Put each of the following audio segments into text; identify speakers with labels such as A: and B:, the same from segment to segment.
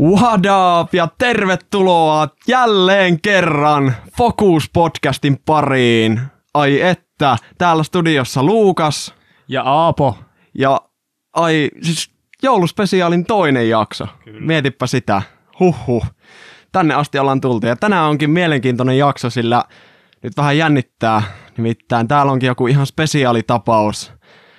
A: What up ja tervetuloa jälleen kerran Focus-podcastin pariin. Ai että, täällä studiossa Luukas.
B: Ja Aapo.
A: Ja siis jouluspesiaalin toinen jakso. Kyllä. Mietipä sitä. Huhhuh. Tänne asti ollaan tultu ja tänään onkin mielenkiintoinen jakso, sillä nyt vähän jännittää. Nimittäin täällä onkin joku ihan spesiaalitapaus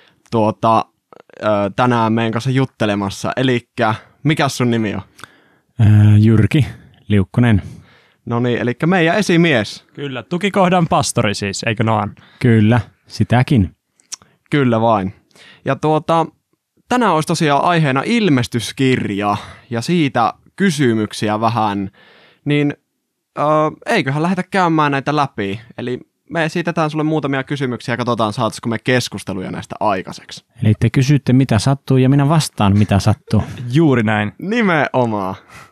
A: tänään meidän kanssa juttelemassa. Elikkä, mikä sun nimi on?
C: Jyrki Liukkonen.
A: No niin, eli meidän esimies.
B: Kyllä, tukikohdan pastori siis, eikö noin?
C: Kyllä, sitäkin.
A: Kyllä vain. Ja tänään olisi tosiaan aiheena ilmestyskirja ja siitä kysymyksiä vähän, niin eiköhän lähdetä käymään näitä läpi. Eli me esitetään sulle muutamia kysymyksiä ja katsotaan, saataisiko me keskusteluja näistä aikaiseksi.
C: Eli te kysytte, mitä sattuu, ja minä vastaan, mitä sattuu.
B: Juuri näin.
A: Nimenomaan.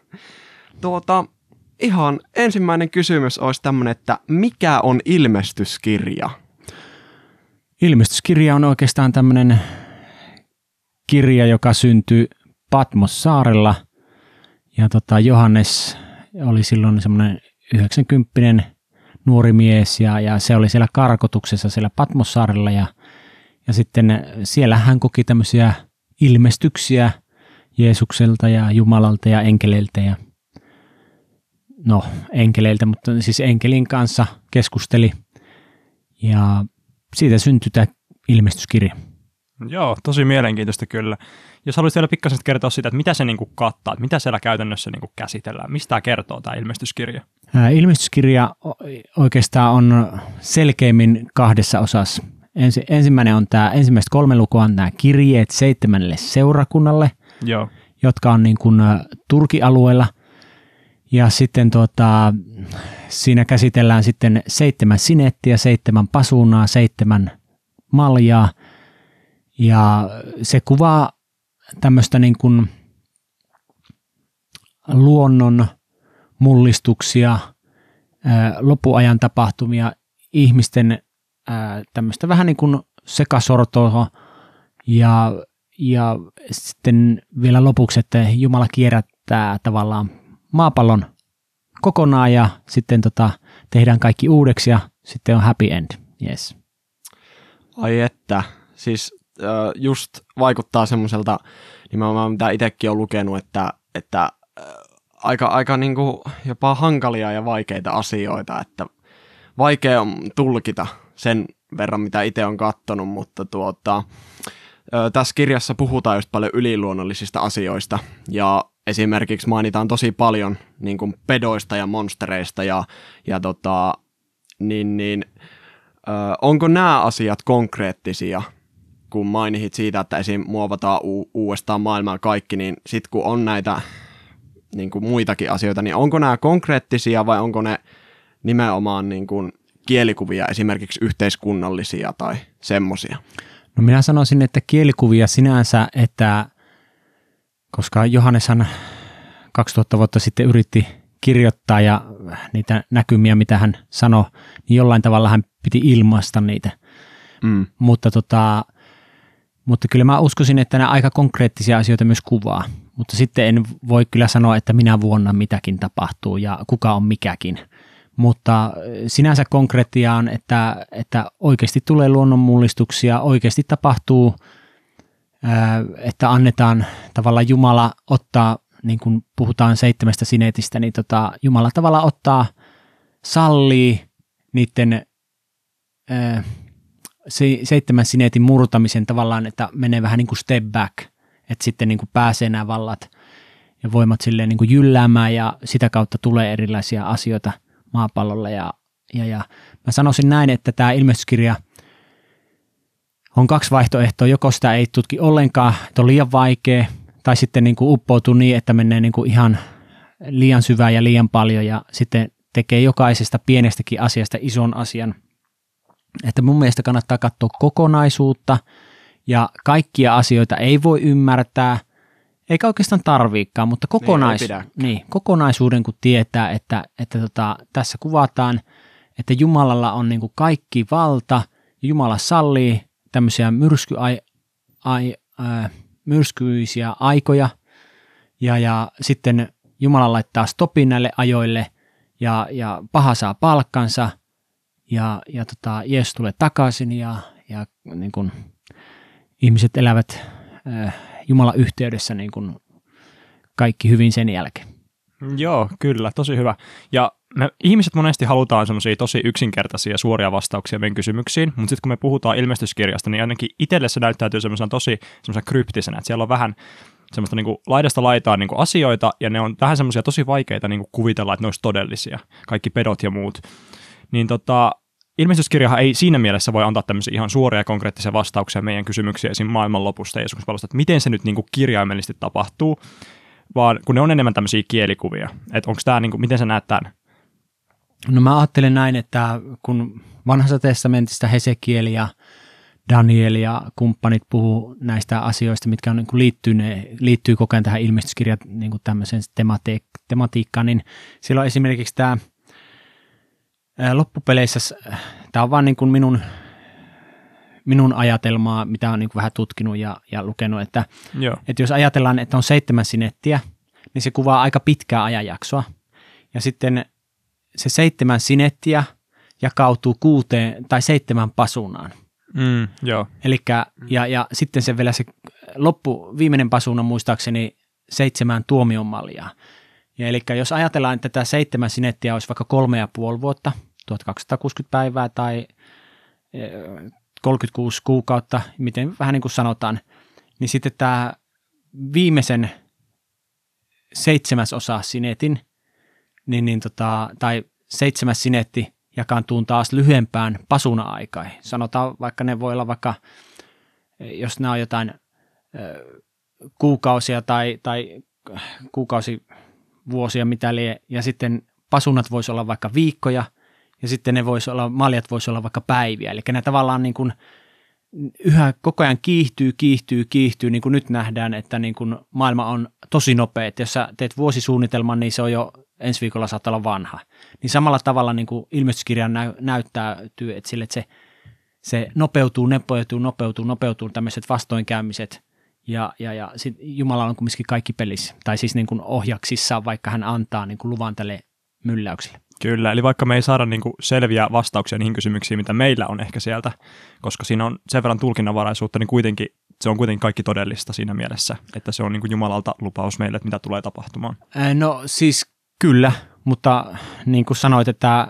A: Ihan ensimmäinen kysymys olisi tämmöinen, että mikä on ilmestyskirja?
C: Ilmestyskirja on oikeastaan tämmöinen kirja, joka syntyi Patmos-saarella. Ja Johannes oli silloin semmoinen 90 nuori mies ja se oli siellä karkotuksessa siellä Patmos-saarella ja sitten siellä hän koki tämmöisiä ilmestyksiä Jeesukselta ja Jumalalta ja enkeleiltä ja enkeleiltä, mutta siis enkelin kanssa keskusteli ja siitä syntyi tämä ilmestyskirja.
B: Joo, tosi mielenkiintoista kyllä. Jos haluaisit vielä pikkasen kertoa sitä, että mitä se kattaa, että mitä siellä käytännössä käsitellään, mistä tämä kertoo tämä ilmestyskirja?
C: Ilmestyskirja oikeastaan on selkeimmin kahdessa osassa. Ensimmäinen on tämä, ensimmäiset 3 lukua on nämä kirjeet 7 seurakunnalle,
B: Joo.
C: jotka on niin kuin Turkin-alueella. Ja sitten siinä käsitellään sitten 7 sinettiä, 7 pasuunaa, 7 maljaa. Ja se kuvaa tämmöistä niin kuin luonnon mullistuksia, loppuajan tapahtumia, ihmisten tämmöistä vähän niin kuin sekasortoa ja sitten vielä lopuksi, että Jumala kierrättää tavallaan maapallon kokonaan ja sitten tehdään kaikki uudeksi ja sitten on happy end. Yes.
A: Ai että, siis just vaikuttaa semmoiselta nimenomaan mitä itsekin olen lukenut, että aika niin kuin jopa hankalia ja vaikeita asioita, että vaikea on tulkita sen verran, mitä itse on katsonut, mutta tässä kirjassa puhutaan just paljon yliluonnollisista asioista ja esimerkiksi mainitaan tosi paljon niin kuin pedoista ja monstereista onko nämä asiat konkreettisia, kun mainitsit siitä, että esim. Muovataan uudestaan maailmaa kaikki, niin sitten kun on näitä niin kuin muitakin asioita, niin onko nämä konkreettisia vai onko ne nimenomaan niin kuin kielikuvia, esimerkiksi yhteiskunnallisia tai semmoisia?
C: No minä sanoisin, että kielikuvia sinänsä, että koska Johanneshan 2000 vuotta sitten yritti kirjoittaa ja niitä näkymiä, mitä hän sanoi, niin jollain tavalla hän piti ilmaista niitä. Mutta kyllä mä uskoisin, että nämä aika konkreettisia asioita myös kuvaa. Mutta sitten en voi kyllä sanoa, että minä vuonna mitäkin tapahtuu ja kuka on mikäkin. Mutta sinänsä konkreettia on, että oikeasti tulee luonnonmullistuksia, oikeasti tapahtuu, että annetaan tavallaan Jumala ottaa, niin kuin puhutaan 7 sinetistä, niin Jumala tavallaan ottaa, sallii niiden 7 sinetin murtamisen tavallaan, että menee vähän niin kuin step back, että sitten niin kuin pääsee nämä vallat ja voimat silleen niin kuin jylläämään ja sitä kautta tulee erilaisia asioita maapallolle ja mä sanoisin näin, että tämä ilmestyskirja on 2 vaihtoehtoa, joko sitä ei tutki ollenkaan, että on liian vaikea tai sitten niin kuin uppoutuu niin, että menee niin kuin ihan liian syvään ja liian paljon ja sitten tekee jokaisesta pienestäkin asiasta ison asian. Että mun mielestä kannattaa katsoa kokonaisuutta ja kaikkia asioita ei voi ymmärtää, eikä oikeastaan tarviikaan, mutta kokonaisuuden kun tietää, että tässä kuvataan, että Jumalalla on niin kuin kaikki valta, Jumala sallii tämmöisiä myrskyisiä aikoja ja sitten Jumala laittaa stopin näille ajoille ja paha saa palkkansa ja Jeesus tulee takaisin ja niin kuin ihmiset elävät Jumalan yhteydessä niin kuin kaikki hyvin sen jälkeen.
B: Joo, kyllä, tosi hyvä. Ja me ihmiset monesti halutaan semmoisia tosi yksinkertaisia suoria vastauksia meidän kysymyksiin, mutta sitten kun me puhutaan ilmestyskirjasta, niin ainakin itselle se näyttäytyy semmoisena kryptisenä, että siellä on vähän semmoista niinku laidasta laitaan niinku asioita, ja ne on vähän semmoisia tosi vaikeita niinku kuvitella, että ne olisi todellisia, kaikki pedot ja muut. Niin ilmestyskirjahan ei siinä mielessä voi antaa tämmöisiä ihan suoria ja konkreettisia vastauksia meidän kysymyksiin esim. Maailmanlopusta ja Jeesuksen palvelusta, että miten se nyt niinku kirjaimellisesti tapahtuu, vaan kun ne on enemmän tämmöisiä kielikuvia. Että onko tämä, niinku, miten sä näet tämän?
C: No mä ajattelen näin, että kun vanhassa testamentissa Hesekiel ja Daniel ja kumppanit puhuu näistä asioista, mitkä on, niin liittyy koko ajan tähän ilmestyskirjan niin tämmöiseen tematiikkaan, niin silloin esimerkiksi tämä loppupeleissä, tämä on vaan niin kuin minun ajatelmaa, mitä olen niin kuin vähän tutkinut ja lukenut, että jos ajatellaan, että on 7 sinettiä, niin se kuvaa aika pitkää ajanjaksoa. Ja sitten se 7 sinettiä jakautuu 6 tai 7 pasunaan. Elikkä, ja sitten se vielä se viimeinen pasuna muistaakseni 7 tuomionmaljaa. Ja elikkä jos ajatellaan, että tämä 7 sinettiä olisi vaikka 3,5 vuotta, 1260 päivää tai 36 kuukautta, miten vähän niin kuin sanotaan, niin sitten tämä viimeisen 7. osa sinetin, tai 7 sinetti jakaantuu taas lyhyempään pasuna-aikaan. Sanotaan vaikka ne voi olla vaikka, jos nämä on jotain kuukausia tai kuukausivuosia mitä lie, ja sitten pasunat voisi olla vaikka viikkoja, ja sitten maljat voisi olla vaikka päiviä. Eli ne tavallaan niin kuin yhä koko ajan kiihtyy, niin kuin nyt nähdään, että niin kuin maailma on tosi nopea. Että jos sä teet vuosisuunnitelman, niin se on jo ensi viikolla saattaa olla vanha. Niin samalla tavalla niin kuin ilmestyskirja näyttäytyy, että sille, että se nopeutuu tämmöiset vastoinkäymiset, ja sit Jumala on kumminkin kaikki pelissä, tai siis niin kuin ohjaksissa, vaikka hän antaa niin kuin luvan tälle mylläykselle.
B: Kyllä, eli vaikka me ei saada niinku selviä vastauksia niihin kysymyksiin, mitä meillä on ehkä sieltä, koska siinä on sen verran tulkinnanvaraisuutta, niin kuitenkin se on kuitenkin kaikki todellista siinä mielessä, että se on niinku Jumalalta lupaus meille, että mitä tulee tapahtumaan.
C: No siis kyllä, mutta niin kuin sanoit, että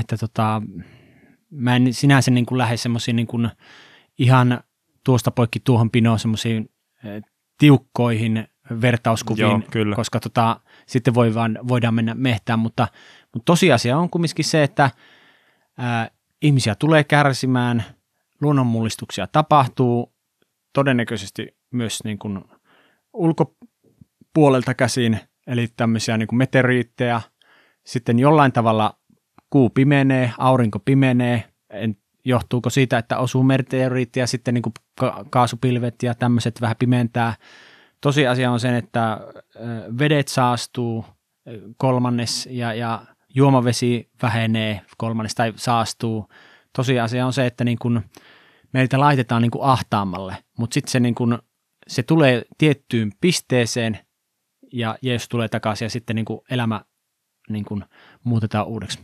C: mä en sinänsä niin kuin lähde semmoisiin niin kuin ihan tuosta poikki tuohon pinoon semmoisiin tiukkoihin vertauskuviin, koska sitten voidaan mennä mehtään, mutta tosiasia on kumminkin se, että ihmisiä tulee kärsimään, luonnonmullistuksia tapahtuu, todennäköisesti myös niin kuin ulkopuolelta käsin, eli tämmöisiä niin kuin meteoriitteja, sitten jollain tavalla kuu pimenee, aurinko pimenee, johtuuko siitä, että osuu meteoriitti ja sitten niin kuin kaasupilvet ja tämmöiset vähän pimentää. Tosiasia on sen, että vedet saastuu 3. ja juomavesi vähenee 3. tai saastuu. Tosiasia on se, että niin kun meiltä laitetaan niin kun ahtaammalle, mutta sitten se, niin kun, se tulee tiettyyn pisteeseen ja Jeesus tulee takaisin ja sitten niin kun elämä niin kun muutetaan uudeksi.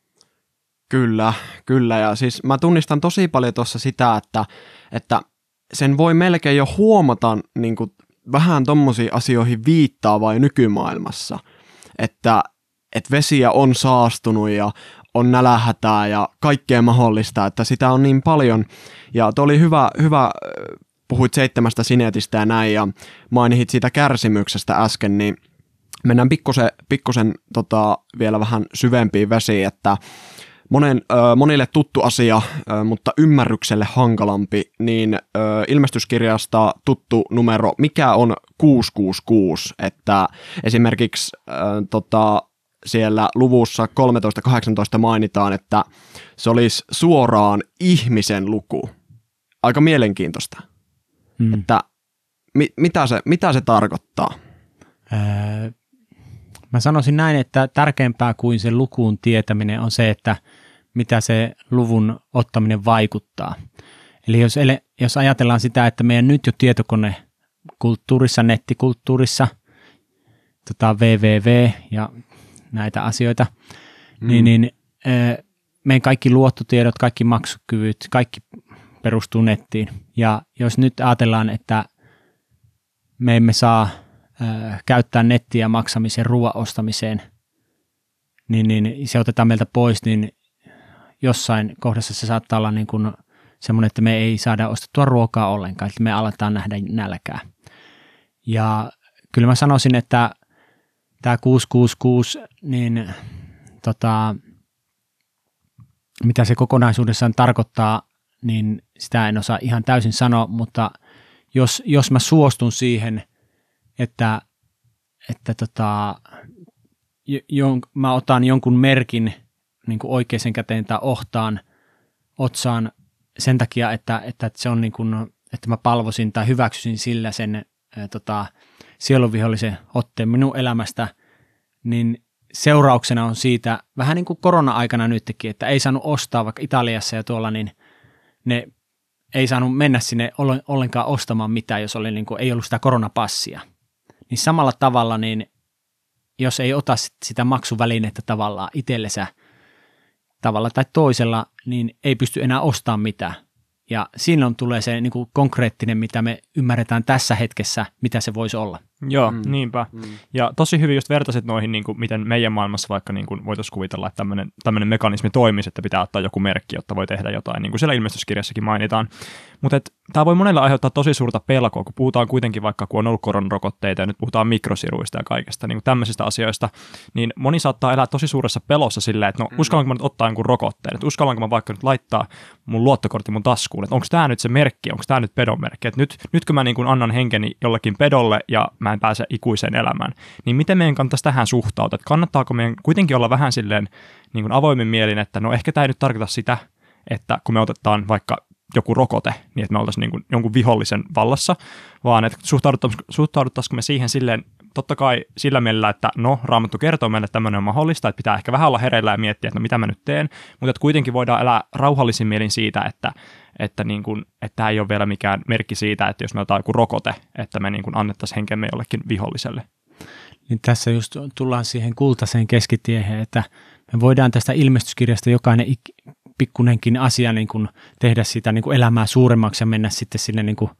A: Kyllä. Ja siis mä tunnistan tosi paljon tuossa sitä, että sen voi melkein jo huomata niin kuin vähän tommosiin asioihin viittaavaa jo nykymaailmassa, että vesiä on saastunut ja on nälähätää ja kaikkea mahdollista, että sitä on niin paljon. Ja tuo oli hyvä, puhuit 7 sinetistä ja näin ja mainitsit siitä kärsimyksestä äsken, niin mennään pikkusen vielä vähän syvempiin vesiin, että monille tuttu asia, mutta ymmärrykselle hankalampi, niin ilmestyskirjasta tuttu numero, mikä on 666, että esimerkiksi siellä luvussa 13.18 mainitaan, että se olisi suoraan ihmisen luku. Aika mielenkiintoista. Että mitä se tarkoittaa?
C: Mä sanoisin näin, että tärkeämpää kuin se lukuun tietäminen on se, että mitä se luvun ottaminen vaikuttaa. Eli jos ajatellaan sitä, että meidän nyt jo tietokonekulttuurissa, nettikulttuurissa www ja näitä asioita, niin meidän kaikki luottotiedot, kaikki maksukyvyt, kaikki perustuu nettiin. Ja jos nyt ajatellaan, että me emme saa käyttää nettiä maksamiseen, ruoan ostamiseen, niin se otetaan meiltä pois, niin jossain kohdassa se saattaa olla niin kuin semmoinen, että me ei saada ostettua ruokaa ollenkaan, että me aletaan nähdä nälkää. Ja kyllä mä sanoisin, että tämä 666, niin mitä se kokonaisuudessaan tarkoittaa, niin sitä en osaa ihan täysin sanoa, mutta jos mä suostun siihen, että mä otan jonkun merkin niin kuin oikeaan käteen tai otsaan sen takia, että se on niin kuin, että mä palvosin tai hyväksyisin sillä sen sielunvihollisen otteen minun elämästä, niin seurauksena on siitä vähän niin kuin korona-aikana nytkin, että ei saanut ostaa vaikka Italiassa ja tuolla, niin ne ei saanut mennä sinne ollenkaan ostamaan mitään, jos oli niin kuin, ei ollut sitä koronapassia. Niin samalla tavalla, niin jos ei ota sitä maksuvälinettä tavallaan itsellensä tavalla tai toisella, niin ei pysty enää ostamaan mitään. Ja silloin tulee se niin kuin konkreettinen, mitä me ymmärretään tässä hetkessä, mitä se voisi olla.
B: Joo, niinpä. Ja tosi hyvin just vertaisit noihin, niin kuin miten meidän maailmassa vaikka niin kuin voitaisiin kuvitella, että tämmöinen mekanismi toimisi, että pitää ottaa joku merkki, jotta voi tehdä jotain, niin kuin siellä ilmestyskirjassakin mainitaan. Mutta tämä voi monella aiheuttaa tosi suurta pelkoa, kun puhutaan kuitenkin vaikka, kun on ollut koronarokotteita ja nyt puhutaan mikrosiruista ja kaikesta, niin kuin tämmöisistä asioista, niin moni saattaa elää tosi suuressa pelossa silleen, että no uskallanko mä nyt ottaa jonkun rokotteen, että uskallanko mä vaikka nyt laittaa mun luottokortti mun taskuun, että onko tämä nyt se merkki, onko tämä nyt pedon merkki, että nytkö mä niin kuin annan henkeni jollekin pedolle ja mä en pääse ikuiseen elämään, niin miten meidän kannattaisi tähän suhtautua, että kannattaako meidän kuitenkin olla vähän silleen niin kuin avoimin mielin, että no ehkä tämä ei nyt tarkoita sitä, että kun me otetaan vaikka joku rokote, niin että me oltaisiin niin kuin jonkun vihollisen vallassa, vaan että suhtauduttaisiko me siihen silleen, totta kai sillä mielellä, että no, Raamattu kertoo meille, että tämmöinen on mahdollista, että pitää ehkä vähän olla hereillä ja miettiä, että no mitä mä nyt teen, mutta että kuitenkin voidaan elää rauhallisin mielin siitä, että tämä ei ole vielä mikään merkki siitä, että jos me otetaan joku rokote, että me niin kuin annettaisiin henkemme jollekin viholliselle.
C: Niin tässä just tullaan siihen kultaiseen keskitiehen, että me voidaan tästä ilmestyskirjasta jokainen pikkunenkin asia niin kuin tehdä sitä niin kuin elämää suuremmaksi ja mennä sitten sinne niin kuin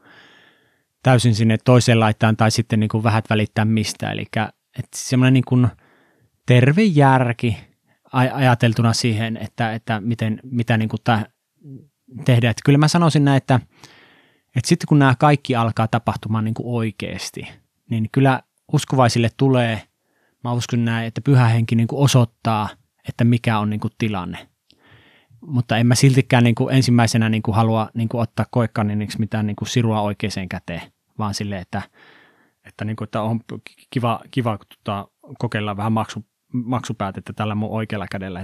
C: täysin sinne toiseen laitaan tai sitten niin kuin vähät välittää mistä. Eli semmoinen niin kuin terve järki ajateltuna siihen, että mitä niin kuin tehdään. Että kyllä mä sanoisin näin, että sitten kun nämä kaikki alkaa tapahtumaan niin kuin oikeasti, niin kyllä uskovaisille tulee, mä uskon näin, että Pyhä Henki niin kuin osoittaa, että mikä on niin kuin tilanne. Mutta en mä siltikään niin kuin ensimmäisenä niin kuin halua niin kuin ottaa koekaniniksi mitään niin kuin sirua oikeaan käteen, vaan silleen, että on kiva kokeilla vähän maksupäätettä tällä mun oikealla kädellä.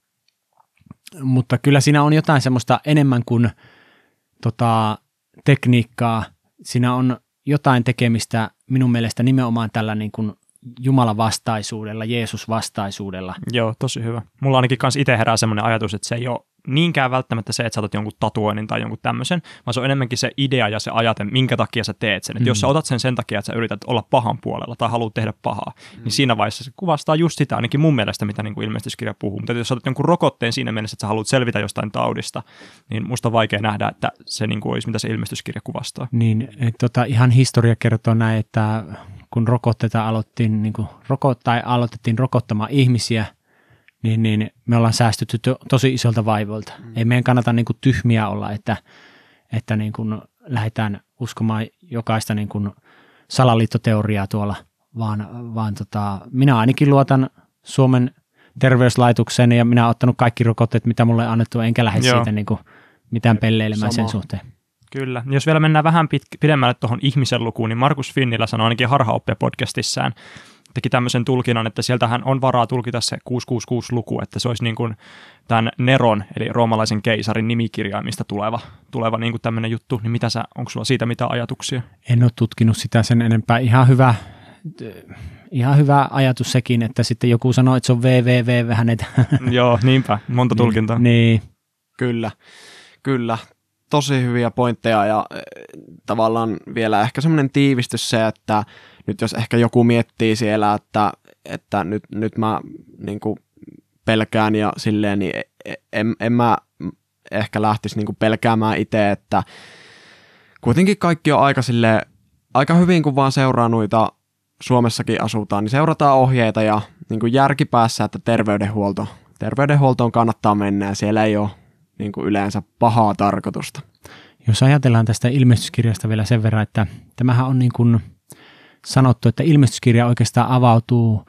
C: Mutta kyllä siinä on jotain semmoista enemmän kuin tekniikkaa. Siinä on jotain tekemistä minun mielestä nimenomaan tällä niin kuin Jumalan vastaisuudella, Jeesus vastaisuudella.
B: Joo, tosi hyvä. Mulla ainakin kanssa itse herää semmoinen ajatus, että se ei ole niinkään välttämättä se, että sä otat jonkun tatuoinnin tai jonkun tämmöisen, vaan se on enemmänkin se idea ja se ajate, minkä takia sä teet sen. Että jos sä otat sen takia, että sä yrität olla pahan puolella tai haluat tehdä pahaa, niin siinä vaiheessa se kuvastaa just sitä, ainakin mun mielestä, mitä niin kuin ilmestyskirja puhuu. Mutta jos sä otat jonkun rokotteen siinä mielessä, että sä haluat selvitä jostain taudista, niin musta on vaikea nähdä, että se niin kuin olisi, mitä se ilmestyskirja kuvastaa.
C: Niin, ihan historia kertoo näin, että kun aloitettiin rokottamaan ihmisiä, niin me ollaan säästytty tosi isolta vaivoilta. Ei meidän kannata niin kuin tyhmiä olla, että niin kuin lähdetään uskomaan jokaista niin kuin salaliittoteoriaa tuolla, vaan minä ainakin luotan Suomen terveyslaitokseen ja minä olen ottanut kaikki rokotteet, mitä mulle on annettu, enkä lähde siitä niin kuin mitään pelleilemään sen suhteen.
B: Kyllä. Jos vielä mennään vähän pidemmälle tuohon ihmisen lukuun, niin Markus Finnila sanoi ainakin Harhaoppia-podcastissaan, teki tämmöisen tulkinnan, että sieltähän on varaa tulkita se 666-luku, että se olisi niin kuin tämän Neron, eli roomalaisen keisarin nimikirjaimista tuleva niin kuin tämmöinen juttu. Niin onko sulla siitä mitään ajatuksia?
C: En ole tutkinut sitä sen enempää. Ihan hyvä ajatus sekin, että sitten joku sanoo, että se on www vähän.
B: Joo, niinpä. Monta tulkintaa.
C: Niin.
A: Kyllä. Tosi hyviä pointteja ja tavallaan vielä ehkä semmoinen tiivistys se, että nyt jos ehkä joku miettii siellä, että nyt mä niin kuin pelkään ja silleen, niin en mä ehkä lähtisi niin kuin pelkäämään itse, että kuitenkin kaikki on aika hyvin, kun vaan seuraa noita, Suomessakin asutaan, niin seurataan ohjeita ja niin kuin järkipäässä, että terveydenhuoltoon kannattaa mennä ja siellä ei ole niin kuin yleensä pahaa tarkoitusta.
C: Jos ajatellaan tästä ilmestyskirjasta vielä sen verran, että tämähän on niin kuin sanottu, että ilmestyskirja oikeastaan avautuu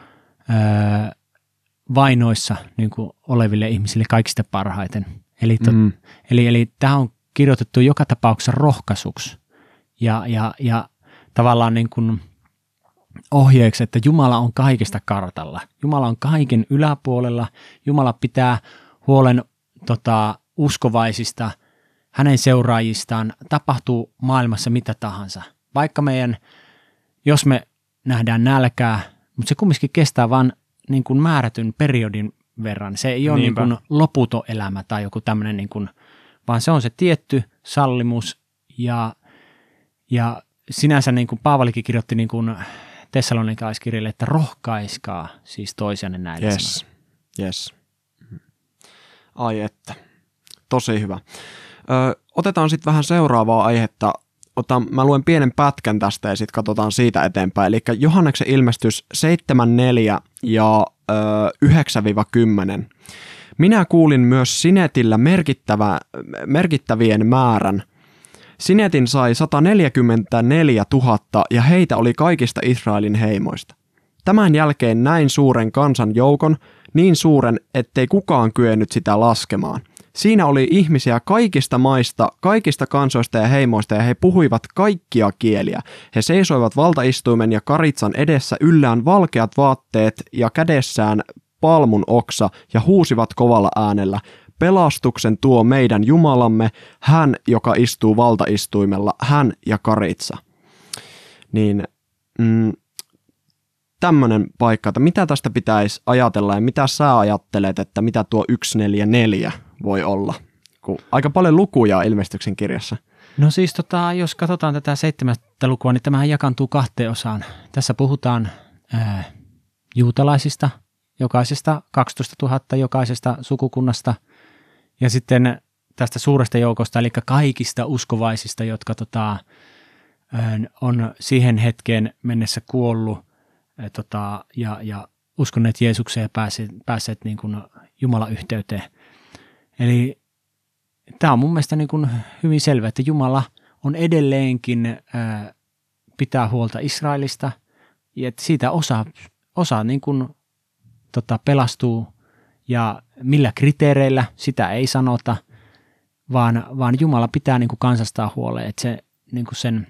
C: vainoissa niin kuin oleville ihmisille kaikista parhaiten. Eli tämä on kirjoitettu joka tapauksessa rohkaisuksi ja tavallaan niin kuin ohjeeksi, että Jumala on kaikesta kartalla. Jumala on kaiken yläpuolella. Jumala pitää huolen uskovaisista, hänen seuraajistaan, tapahtuu maailmassa mitä tahansa. Vaikka jos me nähdään nälkää, mutta se kumminkin kestää vain niin kuin määrätyn periodin verran. Se ei ole niin kuin loputon elämä tai joku tämmöinen, niin kuin, vaan se on se tietty sallimus ja sinänsä niin kuin Paavalikin kirjoitti niin kuin Tessalonikalaiskirjalle, että rohkaiskaa siis toisianne näillä sanoilla.
A: Yes. Ai että. Tosi hyvä. Otetaan sitten vähän seuraavaa aihetta. Mä luen pienen pätkän tästä ja sitten katsotaan siitä eteenpäin. Eli Johanneksen ilmestys 7.4 ja 9-10. Minä kuulin myös Sinetillä merkittävien määrän. Sinetin sai 144 000 ja heitä oli kaikista Israelin heimoista. Tämän jälkeen näin suuren kansan joukon, niin suuren, ettei kukaan kyennyt sitä laskemaan. Siinä oli ihmisiä kaikista maista, kaikista kansoista ja heimoista ja he puhuivat kaikkia kieliä. He seisoivat valtaistuimen ja karitsan edessä yllään valkeat vaatteet ja kädessään palmun oksa ja huusivat kovalla äänellä. Pelastuksen tuo meidän Jumalamme, hän, joka istuu valtaistuimella, hän ja karitsa. Niin tämmöinen paikka, että mitä tästä pitäisi ajatella ja mitä sä ajattelet, että mitä tuo 144 voi olla? Kun aika paljon lukuja ilmestyksen kirjassa.
C: No siis jos katsotaan tätä 7. lukua, niin tämähän jakaantuu 2 osaan. Tässä puhutaan juutalaisista, jokaisesta 12 000 jokaisesta sukukunnasta ja sitten tästä suuresta joukosta, eli kaikista uskovaisista, jotka on siihen hetkeen mennessä kuollut ja uskoneet Jeesukseen ja päässeet niin kuin Jumalan yhteyteen. Eli tämä on mun mielestä niin kuin hyvin selvä, että Jumala on edelleenkin pitää huolta Israelista ja että siitä osa niin kuin, pelastuu ja millä kriteereillä sitä ei sanota, vaan Jumala pitää niin kuin kansastaan huoleen, että se niin kuin sen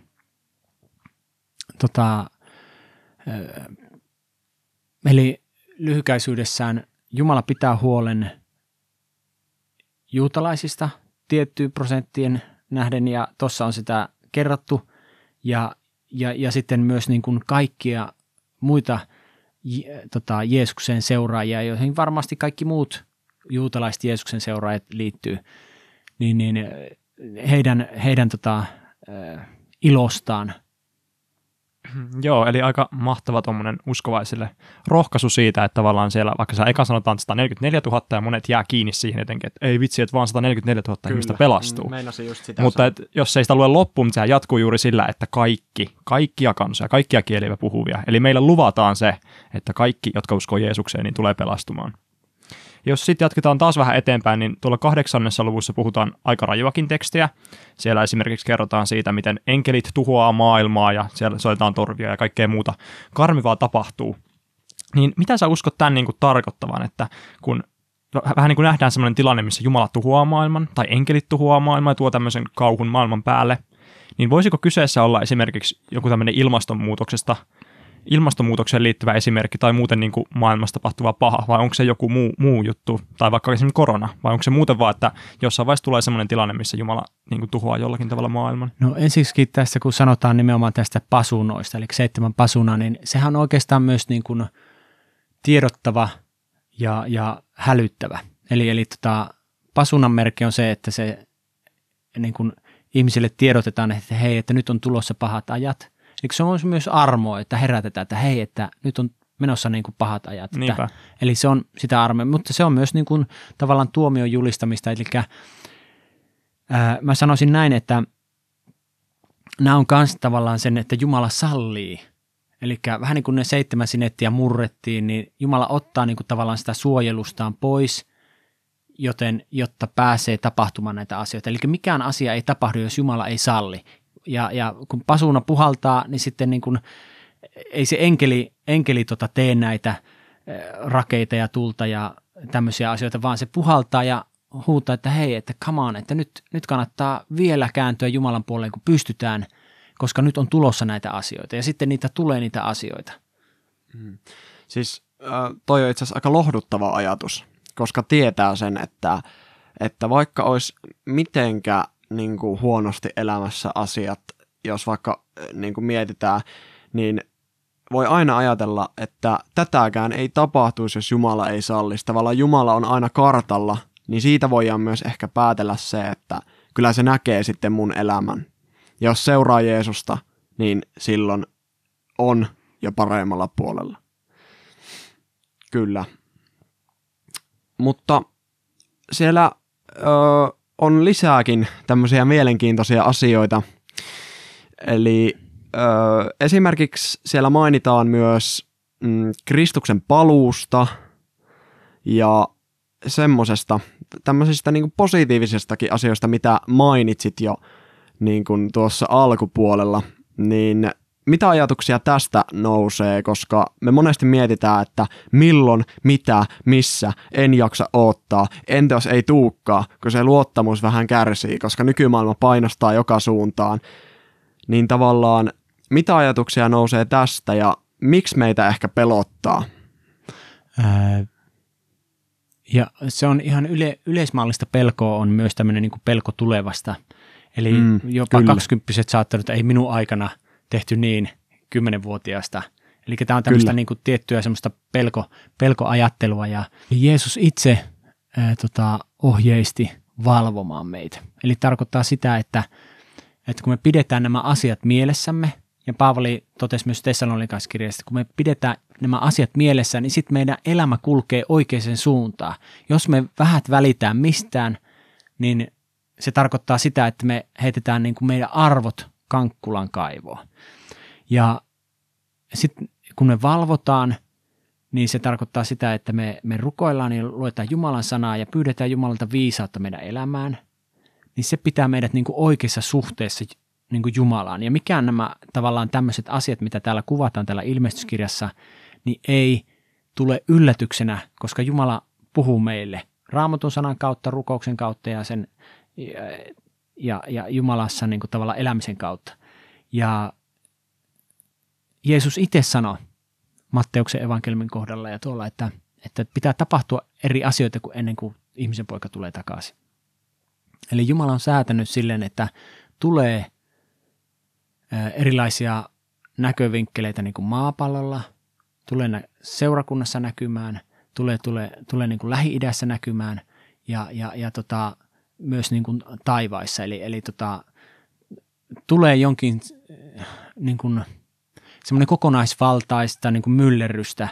C: eli lyhykäisyydessään Jumala pitää huolen juutalaisista tiettyyn prosenttien nähden ja tuossa on sitä kerrottu ja sitten myös niin kuin kaikkia muita Jeesuksen seuraajia, joihin varmasti kaikki muut juutalaiset Jeesuksen seuraajat liittyy, niin heidän ilostaan.
B: Joo, eli aika mahtava tuommoinen uskovaisille rohkaisu siitä, että tavallaan siellä, vaikka siellä eka sanotaan 144 000 ja monet jää kiinni siihen jotenkin, että ei vitsi, että vaan 144 000 ihmistä pelastuu.
A: Just sitä
B: mutta jos ei sitä lue loppuun, niin sehän jatkuu juuri sillä, että kaikkia kansoja, kaikkia kieliä puhuvia. Eli meille luvataan se, että kaikki, jotka uskoo Jeesukseen, niin tulee pelastumaan. Jos sitten jatketaan taas vähän eteenpäin, niin tuolla 8. luvussa puhutaan aika rajuakin tekstiä. Siellä esimerkiksi kerrotaan siitä, miten enkelit tuhoaa maailmaa ja siellä soitetaan torvia ja kaikkea muuta karmivaa tapahtuu. Niin mitä sä uskot tämän niin kuin tarkoittavan, että kun vähän niin kuin nähdään sellainen tilanne, missä Jumala tuhoaa maailman tai enkelit tuhoaa maailman ja tuo tämmöisen kauhun maailman päälle, niin voisiko kyseessä olla esimerkiksi joku tämmöinen ilmastonmuutokseen liittyvä esimerkki tai muuten niin kuin maailmassa tapahtuva paha, vai onko se joku muu juttu, tai vaikka esimerkiksi korona, vai onko se muuten vaan, että jossain vaiheessa tulee sellainen tilanne, missä Jumala niin kuin tuhoaa jollakin tavalla maailman?
C: No ensiksikin tässä, kun sanotaan nimenomaan tästä pasunoista, eli 7 pasunaa, niin sehän on oikeastaan myös niin kuin tiedottava ja hälyttävä. Eli pasunan merkki on se, että se niin kuin ihmisille tiedotetaan, että hei, että nyt on tulossa pahat ajat. Eli se on myös armo, että herätetään, että hei, että nyt on menossa niin kuin pahat ajat. Että, eli se on sitä armoa, mutta se on myös niin kuin tavallaan tuomion julistamista. Eli mä sanoisin näin, että nämä on myös tavallaan sen, että Jumala sallii. Eli vähän niin kuin ne 7 sinettiä murrettiin, niin Jumala ottaa niin kuin tavallaan sitä suojelustaan pois, jotta pääsee tapahtumaan näitä asioita. Eli mikään asia ei tapahdu, jos Jumala ei salli. Ja kun pasuuna puhaltaa, niin sitten niin kuin, ei se enkeli tee näitä rakeita ja tulta ja tämmöisiä asioita, vaan se puhaltaa ja huutaa, että hei, että come on, että nyt kannattaa vielä kääntyä Jumalan puoleen, kun pystytään, koska nyt on tulossa näitä asioita ja sitten tulee niitä asioita.
A: Siis toi on itse asiassa aika lohduttava ajatus, koska tietää sen, että vaikka olisi mitenkä niin kuin huonosti elämässä asiat, jos vaikka niin kuin mietitään, niin voi aina ajatella, että tätäkään ei tapahtuisi, jos Jumala ei sallisi. Tavallaan Jumala on aina kartalla, niin siitä voidaan myös ehkä päätellä se, että kyllä se näkee sitten mun elämän. Ja jos seuraa Jeesusta, niin silloin on jo paremmalla puolella. Kyllä. Mutta siellä on lisääkin tämmöisiä mielenkiintoisia asioita. Eli esimerkiksi siellä mainitaan myös Kristuksen paluusta ja semmosesta, tämmöisistä niin kuin positiivisestakin asioista, mitä mainitsit jo niin kuin tuossa alkupuolella, niin mitä ajatuksia tästä nousee, koska me monesti mietitään, että milloin, mitä, missä, en jaksa odottaa, entä jos ei tuukkaa, kun se luottamus vähän kärsii, koska nykymaailma painostaa joka suuntaan, niin tavallaan mitä ajatuksia nousee tästä ja miksi meitä ehkä pelottaa?
C: Ja se on ihan yleismaallista pelkoa on myös tämmöinen niin kuin pelko tulevasta. Eli jopa 20-vuotiaat saattanut, että ei minun aikana tehty niin 10-vuotiaasta. Eli tämä on tämmöistä niin kuin tiettyä semmoista pelkoajattelua ja Jeesus itse ohjeisti valvomaan meitä. Eli tarkoittaa sitä, että kun me pidetään nämä asiat mielessämme, ja Paavali totesi myös Tessalonikalaiskirjassa, että kun me pidetään nämä asiat mielessä, niin sitten meidän elämä kulkee oikeaan suuntaan. Jos me vähät välitään mistään, niin se tarkoittaa sitä, että me heitetään niin kuin meidän arvot kankkulan kaivoon. Ja sitten kun me valvotaan, niin se tarkoittaa sitä, että me rukoillaan ja luetaan Jumalan sanaa ja pyydetään Jumalalta viisautta meidän elämään, niin se pitää meidät niin kuin oikeassa suhteessa niin kuin Jumalaan. Ja mikään nämä tavallaan tämmöiset asiat, mitä täällä kuvataan täällä ilmestyskirjassa, niin ei tule yllätyksenä, koska Jumala puhuu meille Raamatun sanan kautta, rukouksen kautta ja Jumalassa niin kuin tavallaan elämisen kautta. Ja Jeesus itse sanoi Matteuksen evankeliumin kohdalla ja tuolla, että pitää tapahtua eri asioita kuin ennen kuin ihmisen poika tulee takaisin. Eli Jumala on säätänyt silleen, että tulee erilaisia näkövinkkeleitä niin kuin maapallolla, tulee seurakunnassa näkymään, tulee niin kuin Lähi-idässä näkymään ja myös niin kuin taivaissa. Eli tulee jonkin niin kuin semmoinen kokonaisvaltaista niin kuin myllerrystä,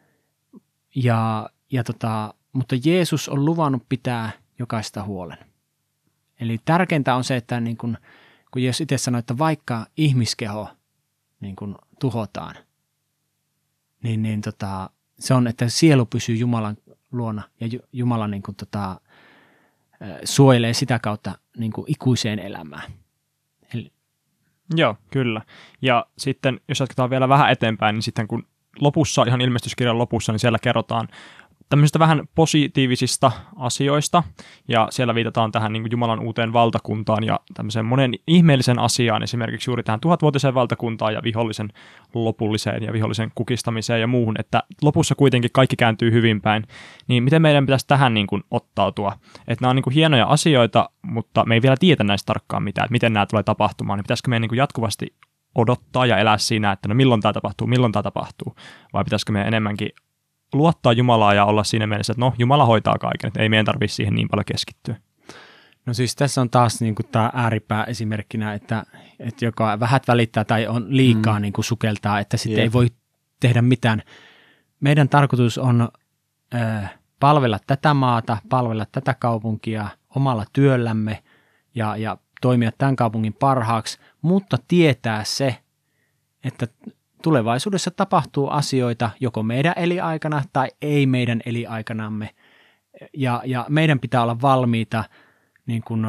C: mutta Jeesus on luvannut pitää jokaista huolen. Eli tärkeintä on se, että niin kun Jeesus itse sanoi, että vaikka ihmiskeho niin kun tuhotaan, niin se on, että sielu pysyy Jumalan luona ja Jumala niin kun suojelee sitä kautta niin kun ikuiseen elämään.
B: Joo, kyllä. Ja sitten, jos jatketaan vielä vähän eteenpäin, niin sitten kun lopussa, ihan ilmestyskirjan lopussa, niin siellä kerrotaan tämmöisistä vähän positiivisista asioista, ja siellä viitataan tähän niin kuin Jumalan uuteen valtakuntaan ja tämmöiseen monen ihmeellisen asiaan, esimerkiksi juuri tähän 1000-vuotiseen valtakuntaan ja vihollisen lopulliseen ja vihollisen kukistamiseen ja muuhun, että lopussa kuitenkin kaikki kääntyy hyvin päin, niin miten meidän pitäisi tähän niin kuin ottautua? Että nämä on niin kuin hienoja asioita, mutta me ei vielä tiedä näistä tarkkaan mitään, että miten nämä tulee tapahtumaan, niin pitäisikö meidän niin kuin jatkuvasti odottaa ja elää siinä, että no milloin tämä tapahtuu, vai pitäisikö meidän enemmänkin luottaa Jumalaa ja olla siinä mielessä, että no Jumala hoitaa kaiken, että ei meidän tarvitse siihen niin paljon keskittyä.
C: No siis tässä on taas niin kuin tämä ääripää esimerkkinä, että joka vähät välittää tai on liikaa niin kuin sukeltaa, että sitten ei voi tehdä mitään. Meidän tarkoitus on palvella tätä maata, palvella tätä kaupunkia omalla työllämme ja toimia tämän kaupungin parhaaksi, mutta tietää se, että tulevaisuudessa tapahtuu asioita joko meidän eliaikana tai ei meidän eliaikanamme. Ja meidän pitää olla valmiita, niin kuin,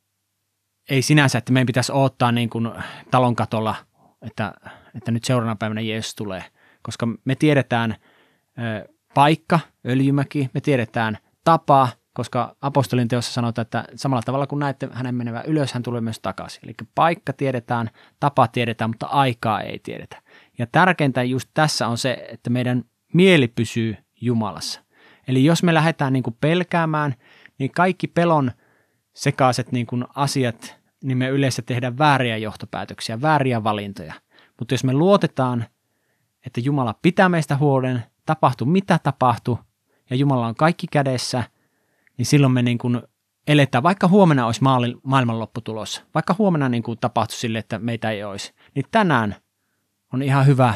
C: ei sinänsä, että meidän pitäisi odottaa niin kuin talon katolla, että nyt seuraavana päivänä Jeesus tulee, koska me tiedetään paikka, Öljymäki, me tiedetään tapa, koska apostolin teossa sanotaan, että samalla tavalla kuin näette hänen menevän ylös, hän tulee myös takaisin. Eli paikka tiedetään, tapa tiedetään, mutta aikaa ei tiedetä. Ja tärkeintä just tässä on se, että meidän mieli pysyy Jumalassa. Eli jos me lähdetään niin kuin pelkäämään, niin kaikki pelon sekaiset niin kuin asiat, niin me yleensä tehdään vääriä johtopäätöksiä, vääriä valintoja. Mutta jos me luotetaan, että Jumala pitää meistä huolen, tapahtuu mitä tapahtuu, ja Jumala on kaikki kädessä, niin silloin me niin kuin eletään, vaikka huomenna olisi maailmanloppu tulossa, vaikka huomenna niin kuin tapahtuu sille, että meitä ei olisi, niin tänään on ihan hyvä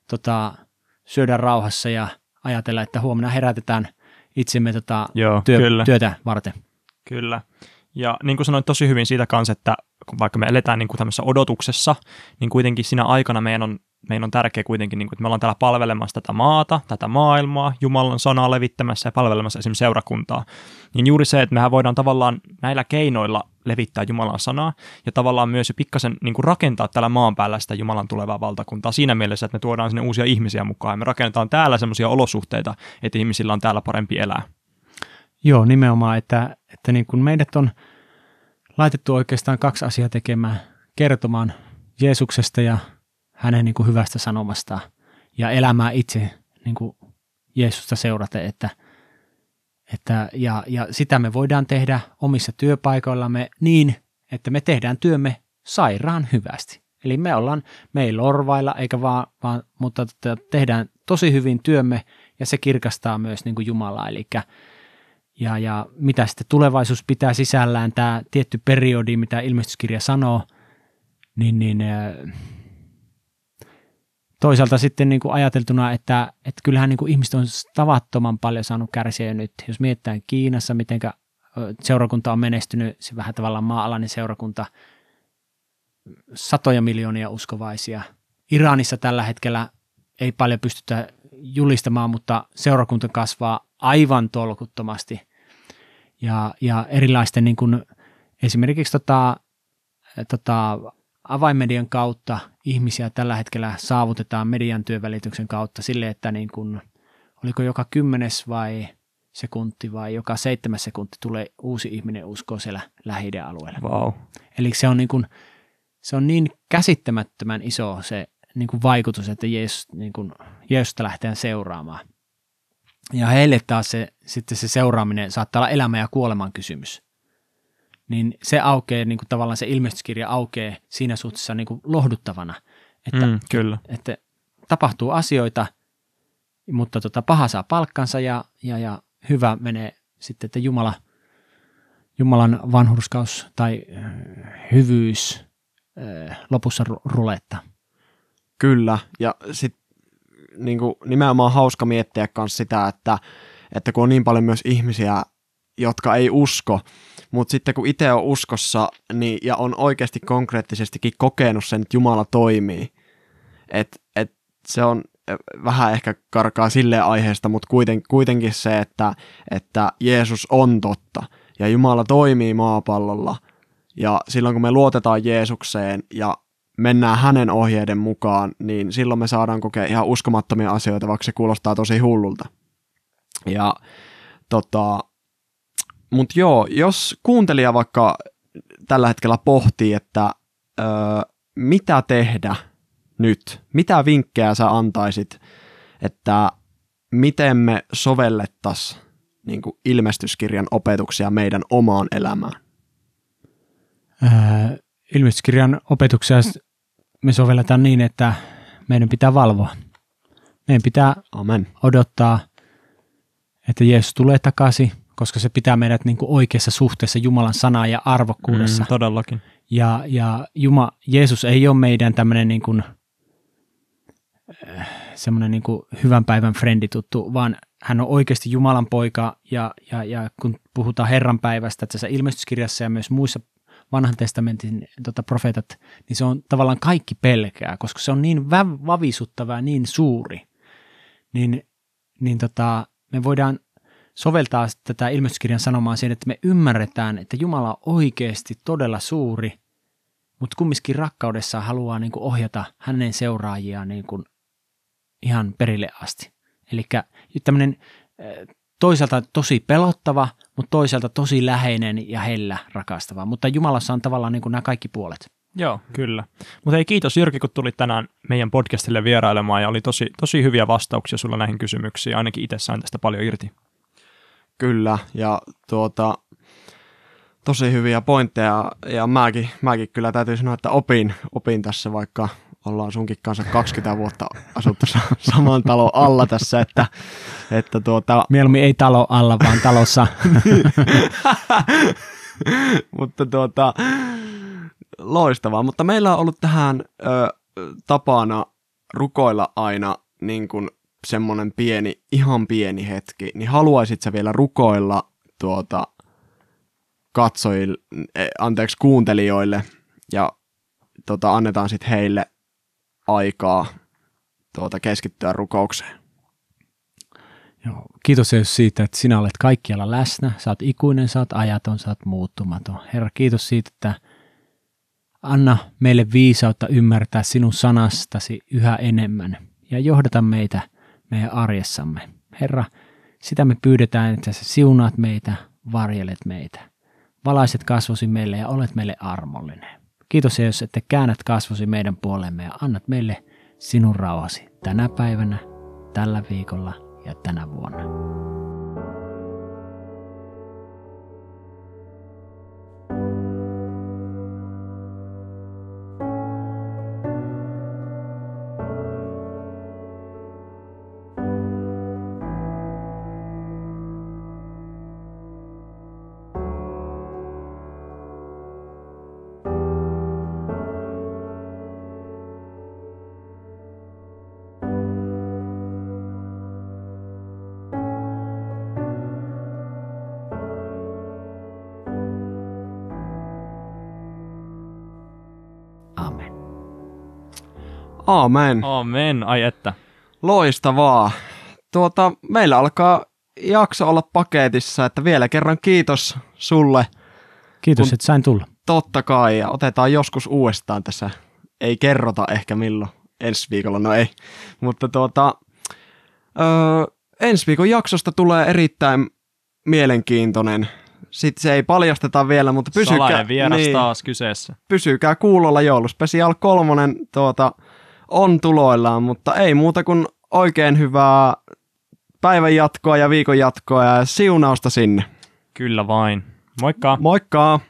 C: syödä rauhassa ja ajatella, että huomenna herätetään itsemme työtä varten.
B: Kyllä. Ja niin kuin sanoit tosi hyvin siitä kanssa, että vaikka me eletään niin kuin tämmöisessä odotuksessa, niin kuitenkin siinä aikana meidän on tärkeää kuitenkin, niin kuin, että me ollaan täällä palvelemassa tätä maata, tätä maailmaa, Jumalan sanaa levittämässä ja palvelemassa esimerkiksi seurakuntaa. Niin juuri se, että mehän voidaan tavallaan näillä keinoilla levittää Jumalan sanaa ja tavallaan myös jo pikkasen niin kuin rakentaa täällä maan päällä sitä Jumalan tulevaa valtakuntaa siinä mielessä, että me tuodaan sinne uusia ihmisiä mukaan ja me rakennetaan täällä semmoisia olosuhteita, että ihmisillä on täällä parempi elää.
C: Joo, nimenomaan, että niin kuin meidät on laitettu oikeastaan 2 asiaa tekemään, kertomaan Jeesuksesta ja hänen niin kuin hyvästä sanomastaan ja elämään itse niin kuin Jeesusta seuraten, ja sitä me voidaan tehdä omissa työpaikoillamme niin, että me tehdään työmme sairaan hyvästi. Eli me ei lorvailla eikä vaan mutta tehdään tosi hyvin työmme ja se kirkastaa myös niin kuin Jumalaa. Eli ja mitä sitten tulevaisuus pitää sisällään, tämä tietty periodi, mitä ilmestyskirja sanoo, niin toisaalta sitten niin kuin ajateltuna, että kyllähän niin kuin ihmiset on tavattoman paljon saanut kärsiä jo nyt. Jos mietitään Kiinassa, miten seurakunta on menestynyt, se vähän tavallaan maa-alainen seurakunta, 100 miljoonia uskovaisia. Iranissa tällä hetkellä ei paljon pystytä julistamaan, mutta seurakunta kasvaa aivan tolkuttomasti. Ja erilaisten niin kuin esimerkiksi avainmedian kautta ihmisiä tällä hetkellä saavutetaan median työvälityksen kautta sille, että niin kuin, oliko joka 10 vai sekunti vai joka 7 sekunti tulee uusi ihminen uskoa siellä Lähi-idän alueella.
B: Wow.
C: Eli se on niin käsittämättömän iso se niin kuin vaikutus, että Jeesusta lähtee seuraamaan. Ja heille taas sitten se seuraaminen saattaa olla elämän ja kuoleman kysymys. Niin se aukeaa, niin kuin tavallaan se ilmestyskirja aukeaa siinä suhteessa niin kuin lohduttavana,
B: kyllä.
C: että tapahtuu asioita, mutta paha saa palkkansa ja hyvä menee sitten, että Jumalan vanhurskaus tai hyvyys lopussa ruletta.
A: Kyllä, ja sitten niin nimenomaan hauska miettiä myös sitä, että kun on niin paljon myös ihmisiä, jotka ei usko, mutta sitten kun itse on uskossa niin, ja on oikeasti konkreettisestikin kokenut sen, että Jumala toimii, että se on vähän ehkä karkaa silleen aiheesta, mutta kuitenkin se, että Jeesus on totta ja Jumala toimii maapallolla ja silloin kun me luotetaan Jeesukseen ja mennään hänen ohjeiden mukaan, niin silloin me saadaan kokea ihan uskomattomia asioita, vaikka se kuulostaa tosi hullulta. Ja mutta joo, jos kuuntelija vaikka tällä hetkellä pohtii, että mitä tehdä nyt, mitä vinkkejä sä antaisit, että miten me sovellettaisiin niin kuin ilmestyskirjan opetuksia meidän omaan elämään?
C: Ilmestyskirjan opetuksia me sovelletaan niin, että meidän pitää valvoa. Meidän pitää odottaa, että Jeesus tulee takaisin koska se pitää meidät niin kuin oikeassa suhteessa Jumalan sanaan ja arvokkuudessa.
B: Todellakin.
C: Ja Jeesus ei ole meidän tämmöinen niin kuin, semmoinen niin kuin hyvän päivän frendituttu, vaan hän on oikeasti Jumalan poika ja kun puhutaan Herran päivästä tässä ilmestyskirjassa ja myös muissa vanhan testamentin profeetat, niin se on tavallaan kaikki pelkää, koska se on niin vavisuttava ja niin suuri. Me voidaan soveltaa tätä ilmestyskirjan sanomaa siihen, että me ymmärretään, että Jumala on oikeasti todella suuri, mutta kumminkin rakkaudessaan haluaa niin kuin ohjata hänen seuraajiaan niin kuin ihan perille asti. Eli tämmöinen toisaalta tosi pelottava, mutta toisaalta tosi läheinen ja hellä rakastava. Mutta Jumalassa on tavallaan niin kuin nämä kaikki puolet.
B: Joo, kyllä. Mutta hei, kiitos Jyrki, kun tulit tänään meidän podcastille vierailemaan ja oli tosi hyviä vastauksia sulla näihin kysymyksiin. Ainakin itse sain tästä paljon irti.
A: Kyllä, ja tosi hyviä pointteja, ja mäkin kyllä täytyy sanoa, että opin tässä, vaikka ollaan sunkin kanssa 20 vuotta asuttu saman talon alla tässä, että
C: Mieluummin ei talo alla, vaan talossa.
A: Mutta loistavaa, mutta meillä on ollut tähän tapana rukoilla aina niin kuin semmoinen ihan pieni hetki, niin haluaisit sä vielä rukoilla kuuntelijoille ja annetaan sitten heille aikaa keskittyä rukoukseen.
C: Joo, kiitos Jeesus siitä, että sinä olet kaikkialla läsnä, sä oot ikuinen, sä oot ajaton, sä oot muuttumaton. Herra, kiitos siitä, että anna meille viisautta ymmärtää sinun sanastasi yhä enemmän ja johdata meitä meidän arjessamme. Herra, sitä me pyydetään, että sä siunaat meitä, varjelet meitä, valaiset kasvosi meille ja olet meille armollinen. Kiitos Jeesus, että käännät kasvosi meidän puolemme ja annat meille sinun rauhasi tänä päivänä, tällä viikolla ja tänä vuonna. Amen.
A: Aamen.
B: Amen, ai että.
A: Loistavaa. Meillä alkaa jakso olla paketissa, että vielä kerran kiitos sulle.
C: Kiitos, että sain tulla.
A: Totta kai, ja otetaan joskus uudestaan tässä. Ei kerrota ehkä milloin. Ensi viikolla, no ei. Mutta ensi viikon jaksosta tulee erittäin mielenkiintoinen. Sitten se ei paljasteta vielä, mutta
B: salainen vieras taas kyseessä.
A: Pysykää kuulolla, Jouluspecial 3 on tuloillaan, mutta ei muuta kuin oikein hyvää päivän jatkoa ja viikon jatkoa ja siunausta sinne.
B: Kyllä vain. Moikka!
A: Moikka!